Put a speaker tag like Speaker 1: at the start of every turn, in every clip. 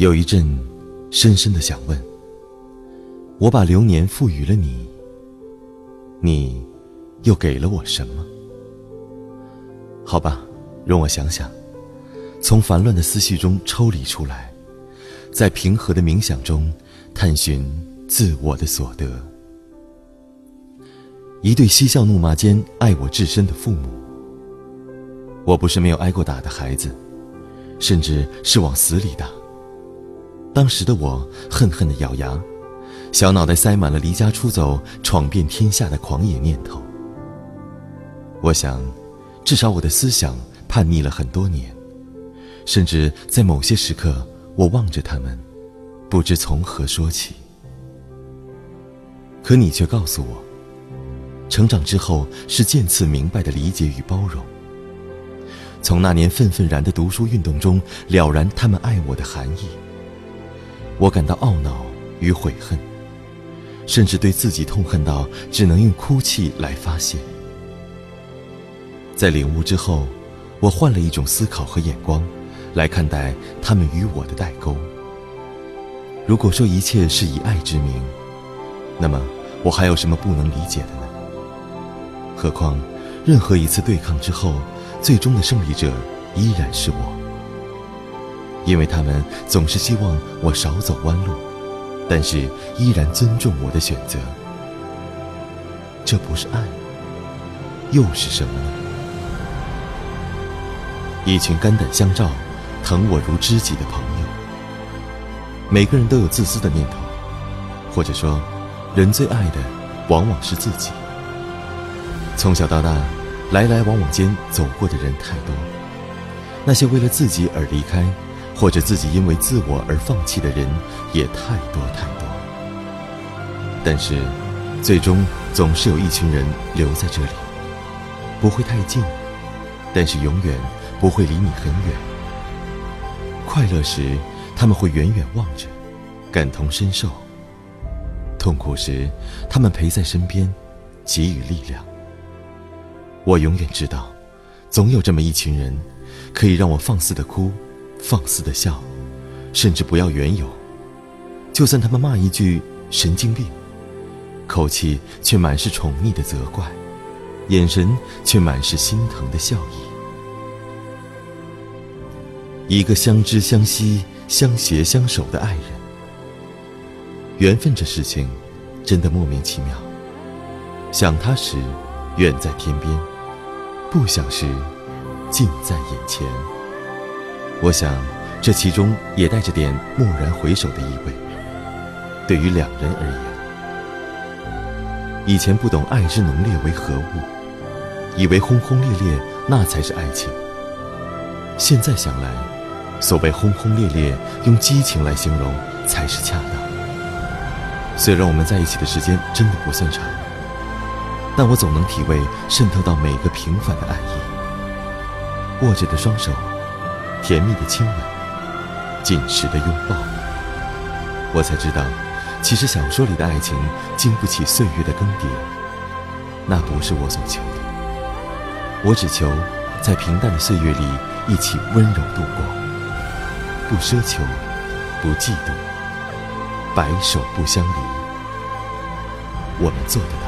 Speaker 1: 有一阵深深的想问，我把流年赋予了你，你又给了我什么？好吧，容我想想，从烦乱的思绪中抽离出来，在平和的冥想中探寻自我的所得。一对嬉笑怒骂间爱我至深的父母，我不是没有挨过打的孩子，甚至是往死里打。当时的我恨恨地咬牙，小脑袋塞满了离家出走闯遍天下的狂野念头。我想至少我的思想叛逆了很多年，甚至在某些时刻我望着他们不知从何说起。可你却告诉我，成长之后是渐次明白的理解与包容。从那年愤愤然的读书运动中了然他们爱我的含义，我感到懊恼与悔恨，甚至对自己痛恨到只能用哭泣来发泄。在领悟之后，我换了一种思考和眼光来看待他们与我的代沟。如果说一切是以爱之名，那么我还有什么不能理解的呢？何况任何一次对抗之后，最终的胜利者依然是我。因为他们总是希望我少走弯路，但是依然尊重我的选择。这不是爱，又是什么呢？一群肝胆相照，疼我如知己的朋友。每个人都有自私的念头，或者说人最爱的往往是自己。从小到大，来来往往间走过的人太多，那些为了自己而离开，或者自己因为自我而放弃的人也太多太多。但是最终总是有一群人留在这里，不会太近，但是永远不会离你很远。快乐时他们会远远望着，感同身受；痛苦时他们陪在身边，给予力量。我永远知道，总有这么一群人，可以让我放肆的哭，放肆的笑，甚至不要缘由。就算他们骂一句神经病，口气却满是宠溺的责怪，眼神却满是心疼的笑意。一个相知相惜相携相守的爱人，缘分这事情真的莫名其妙。想他时远在天边，不想时近在眼前。我想这其中也带着点蓦然回首的意味。对于两人而言，以前不懂爱之浓烈为何物，以为轰轰烈烈那才是爱情。现在想来，所谓轰轰烈烈用激情来形容才是恰当。虽然我们在一起的时间真的不算长，但我总能体味渗透到每个平凡的爱意。握着的双手，甜蜜的亲吻，紧实的拥抱，我才知道，其实小说里的爱情经不起岁月的更迭。那不是我所求的，我只求在平淡的岁月里一起温柔度过，不奢求，不嫉妒，白首不相离。我们做得到。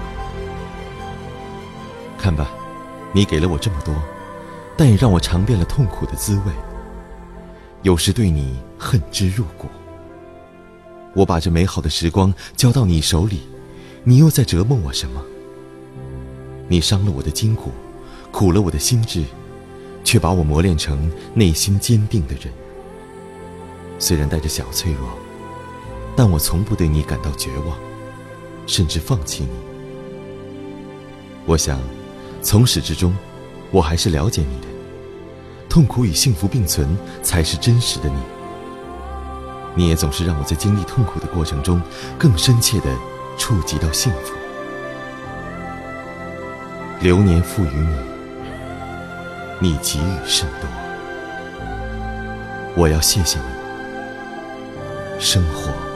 Speaker 1: 看吧，你给了我这么多，但也让我尝遍了痛苦的滋味。有时对你恨之入骨，我把这美好的时光交到你手里，你又在折磨我什么？你伤了我的筋骨，苦了我的心智，却把我磨练成内心坚定的人。虽然带着小脆弱，但我从不对你感到绝望，甚至放弃你。我想从始至终我还是了解你的，痛苦与幸福并存才是真实的你。你也总是让我在经历痛苦的过程中更深切地触及到幸福。流年赋予你，你给予甚多。我要谢谢你，生活。